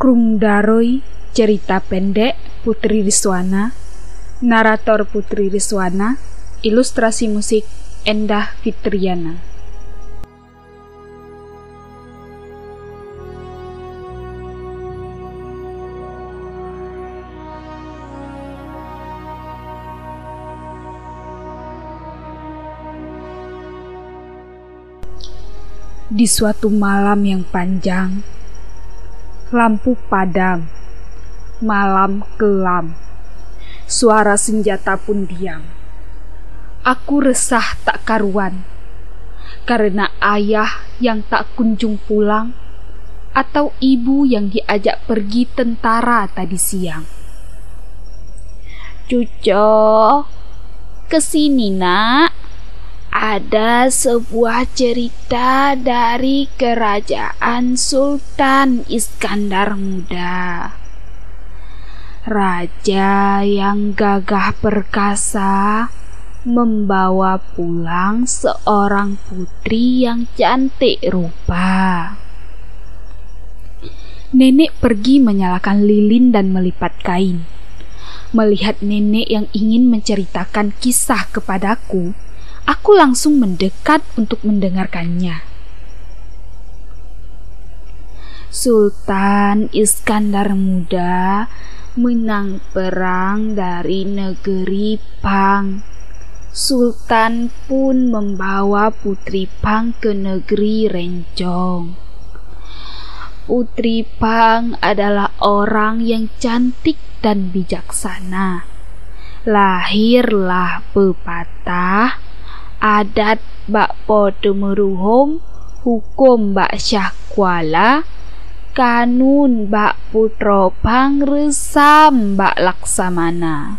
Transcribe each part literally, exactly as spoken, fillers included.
Krung Daroy, cerita pendek Putri Rizwana, narator Putri Rizwana, ilustrasi musik Endah Fitriana. Di suatu malam yang panjang, lampu padam, malam kelam, suara senjata pun diam. Aku resah tak karuan, karena ayah yang tak kunjung pulang, atau ibu yang diajak pergi tentara tadi siang. Cuco, kesini nak. Ada sebuah cerita dari kerajaan Sultan Iskandar Muda. Raja yang gagah perkasa membawa pulang seorang putri yang cantik rupa. Nenek pergi menyalakan lilin dan melipat kain. Melihat nenek yang ingin menceritakan kisah kepadaku, aku langsung mendekat untuk mendengarkannya. Sultan Iskandar Muda menang perang dari negeri Pang. Sultan pun membawa putri Pang ke negeri Rencong. Putri Pang adalah orang yang cantik dan bijaksana. Lahirlah pepatah, adat bak podo meruhum, hukum bak syah kuala, kanun bak putro Pang, resam bak laksamana.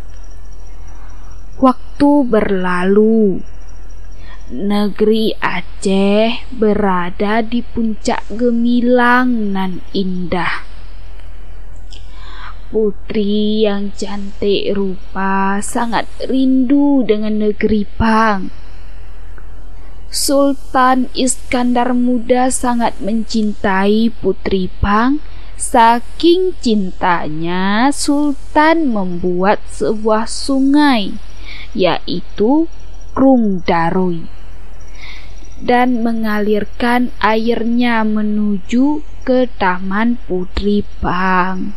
Waktu berlalu. Negeri Aceh berada di puncak gemilang nan indah. Putri yang cantik rupa sangat rindu dengan negeri Pang. Sultan Iskandar Muda sangat mencintai putri Pang. Saking cintanya, Sultan membuat sebuah sungai, yaitu Krung Daroy, dan mengalirkan airnya menuju ke taman putri Pang.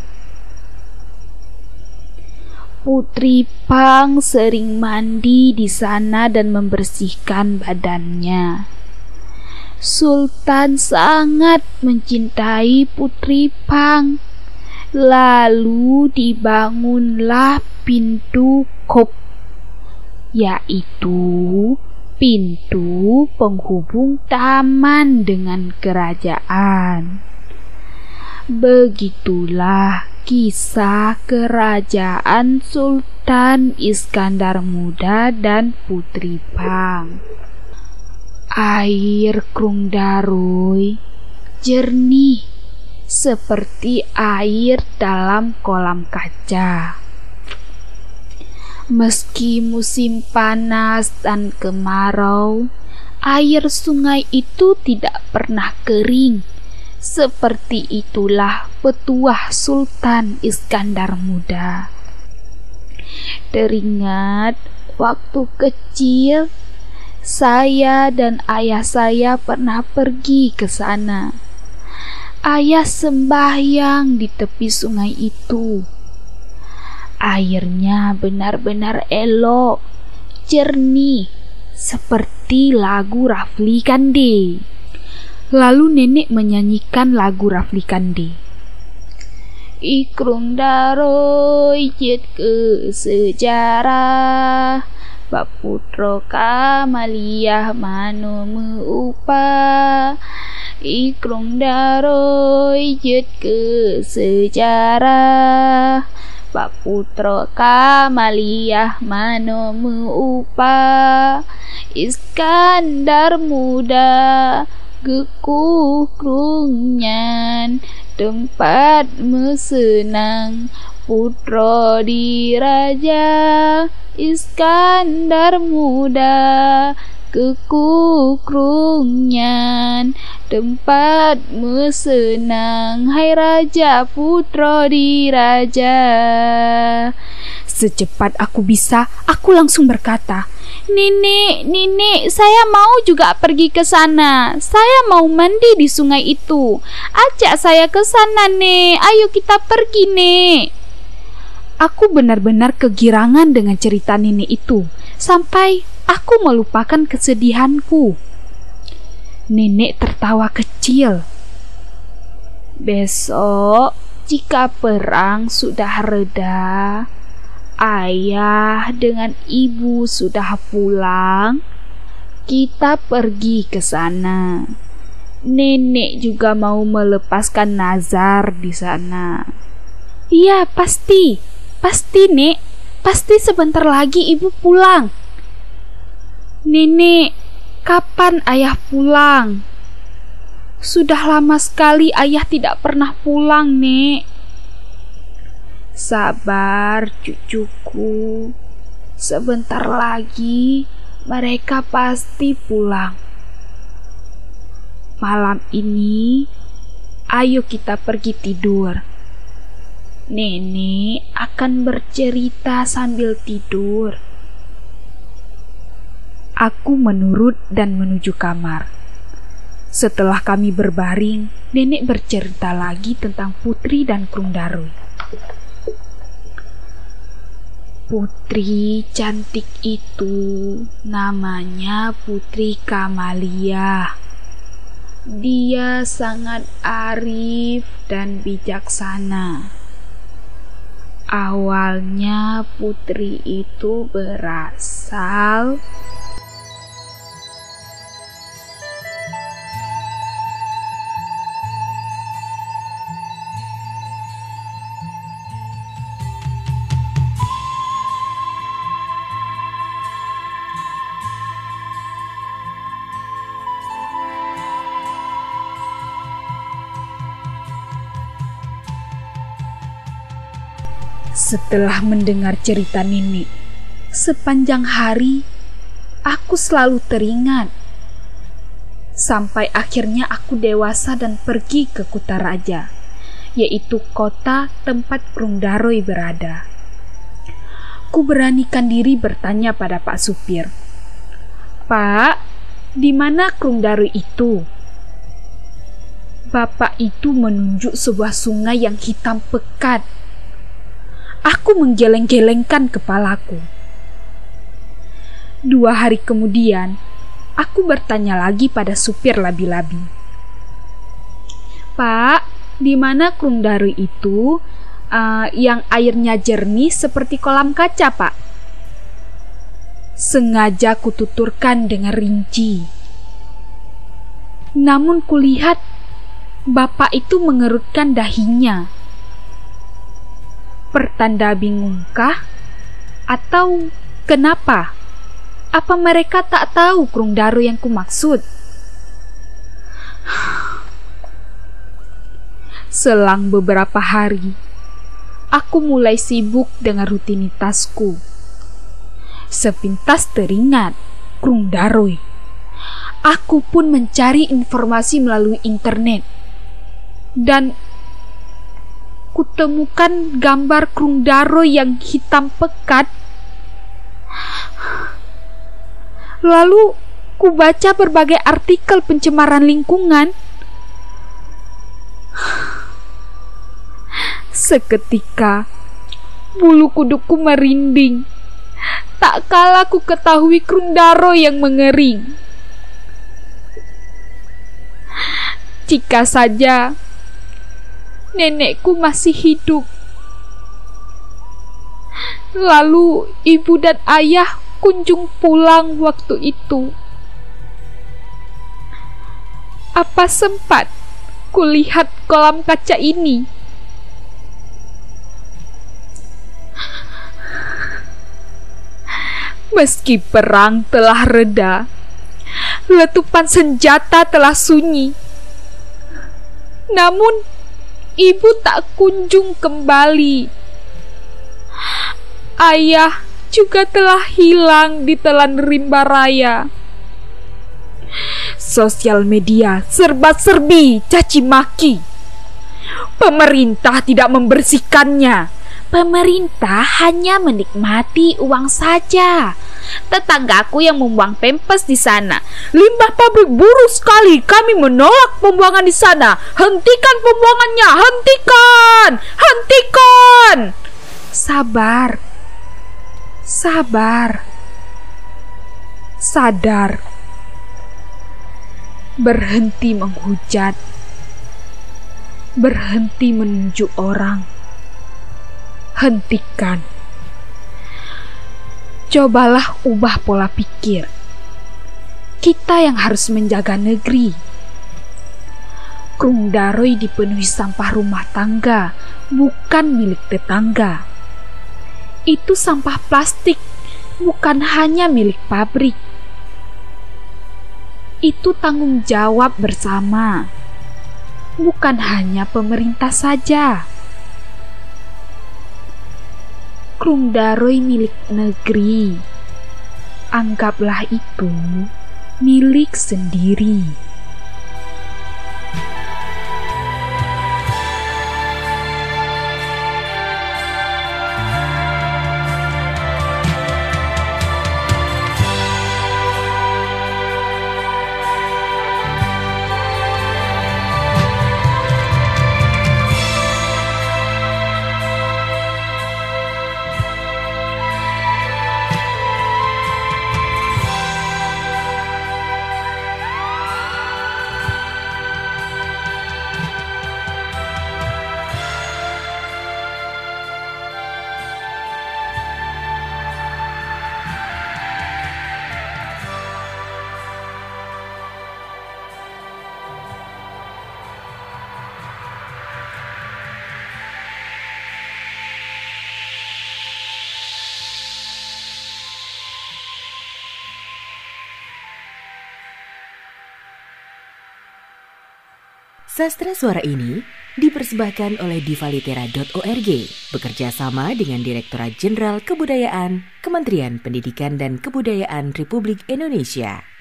Putri Pang sering mandi di sana dan membersihkan badannya. Sultan sangat mencintai putri Pang. Lalu dibangunlah pintu Kop, yaitu pintu penghubung taman dengan kerajaan. Begitulah kisah kerajaan Sultan Iskandar Muda dan Putri Pang. Air Krung Daroy jernih seperti air dalam kolam kaca. Meski musim panas dan kemarau, air sungai itu tidak pernah kering. Seperti itulah petuah Sultan Iskandar Muda. Teringat waktu kecil, saya dan ayah saya pernah pergi ke sana. Ayah sembahyang di tepi sungai itu. Airnya benar-benar elok, jernih, seperti lagu Rafli Kande. Lalu nenek menyanyikan lagu Rafli Kande. Ikrung Daroy jet ke sejarah, bak putro Kamaliyah mano meupa. Ikrung Daroy jet ke sejarah, bak putro Kamaliyah mano meupa. Iskandar Muda gekuh krungnyan, tempat mesenang putro diraja. Iskandar Muda Kekukrungan tempat mesenang, hai raja putra diraja. Secepat aku bisa, aku langsung berkata, Nenek, nenek, saya mau juga pergi ke sana. Saya mau mandi di sungai itu. Ajak saya ke sana, Nek. Ayo kita pergi, Nek. Aku benar-benar kegirangan dengan cerita nenek itu, sampai aku melupakan kesedihanku. Nenek tertawa kecil. Besok, jika perang sudah reda, ayah dengan ibu sudah pulang, kita pergi ke sana. Nenek juga mau melepaskan nazar di sana. Iya, pasti. Pasti, Nek. Pasti sebentar lagi ibu pulang. Nenek, kapan ayah pulang? Sudah lama sekali ayah tidak pernah pulang, Nek. Sabar, cucuku. Sebentar lagi mereka pasti pulang. Malam ini, ayo kita pergi tidur. Nenek akan bercerita sambil tidur. Aku menurut dan menuju kamar. Setelah kami berbaring, nenek bercerita lagi tentang Putri dan Krung Daroy. Putri cantik itu namanya Putri Kamalia. Dia sangat arif dan bijaksana. Awalnya putri itu berasal Setelah mendengar cerita nenek, sepanjang hari aku selalu teringat. Sampai akhirnya aku dewasa dan pergi ke Kutaraja, yaitu kota tempat Krung Daroy berada. Ku beranikan diri bertanya pada Pak Supir, "Pak, di mana Krung Daroy itu?" Bapak itu menunjuk sebuah sungai yang hitam pekat. Aku menggeleng-gelengkan kepalaku. Dua hari kemudian, aku bertanya lagi pada supir labi-labi, "Pak, di mana Krung Daroy itu uh, yang airnya jernih seperti kolam kaca, Pak?" Sengaja kututurkan dengan rinci. Namun kulihat bapak itu mengerutkan dahinya. Pertanda bingungkah? Atau kenapa? Apa mereka tak tahu Krung Daroy yang kumaksud? Selang beberapa hari, aku mulai sibuk dengan rutinitasku. Sepintas teringat Krung Daroy. Aku pun mencari informasi melalui internet. Dan kutemukan gambar Krung Daroy yang hitam pekat. Lalu kubaca berbagai artikel pencemaran lingkungan. Seketika bulu kudukku merinding. Tak kala ku ketahui Krung Daroy yang mengering. Jika saja nenekku masih hidup, lalu ibu dan ayah kunjung pulang waktu itu, apa sempat kulihat kolam kaca ini? Meski perang telah reda, letupan senjata telah sunyi, namun ibu tak kunjung kembali. Ayah juga telah hilang di telan rimba raya. Sosial media serba-serbi caci maki. Pemerintah tidak membersihkannya. Pemerintah hanya menikmati uang saja. Tetanggaku yang membuang pempes di sana. Limbah pabrik buruk sekali. Kami menolak pembuangan di sana. Hentikan pembuangannya. Hentikan. Hentikan. Sabar. Sabar. Sadar. Berhenti menghujat. Berhenti menunjuk orang. Hentikan. Cobalah ubah pola pikir. Kita yang harus menjaga negeri. Krung Daroy dipenuhi sampah rumah tangga, bukan milik tetangga. Itu sampah plastik, bukan hanya milik pabrik. Itu tanggung jawab bersama, bukan hanya pemerintah saja. Krung Daroy milik negeri, anggaplah itu milik sendiri. Sastra Suara ini dipersembahkan oleh divalitera dot org bekerja sama dengan Direktorat Jenderal Kebudayaan, Kementerian Pendidikan dan Kebudayaan Republik Indonesia.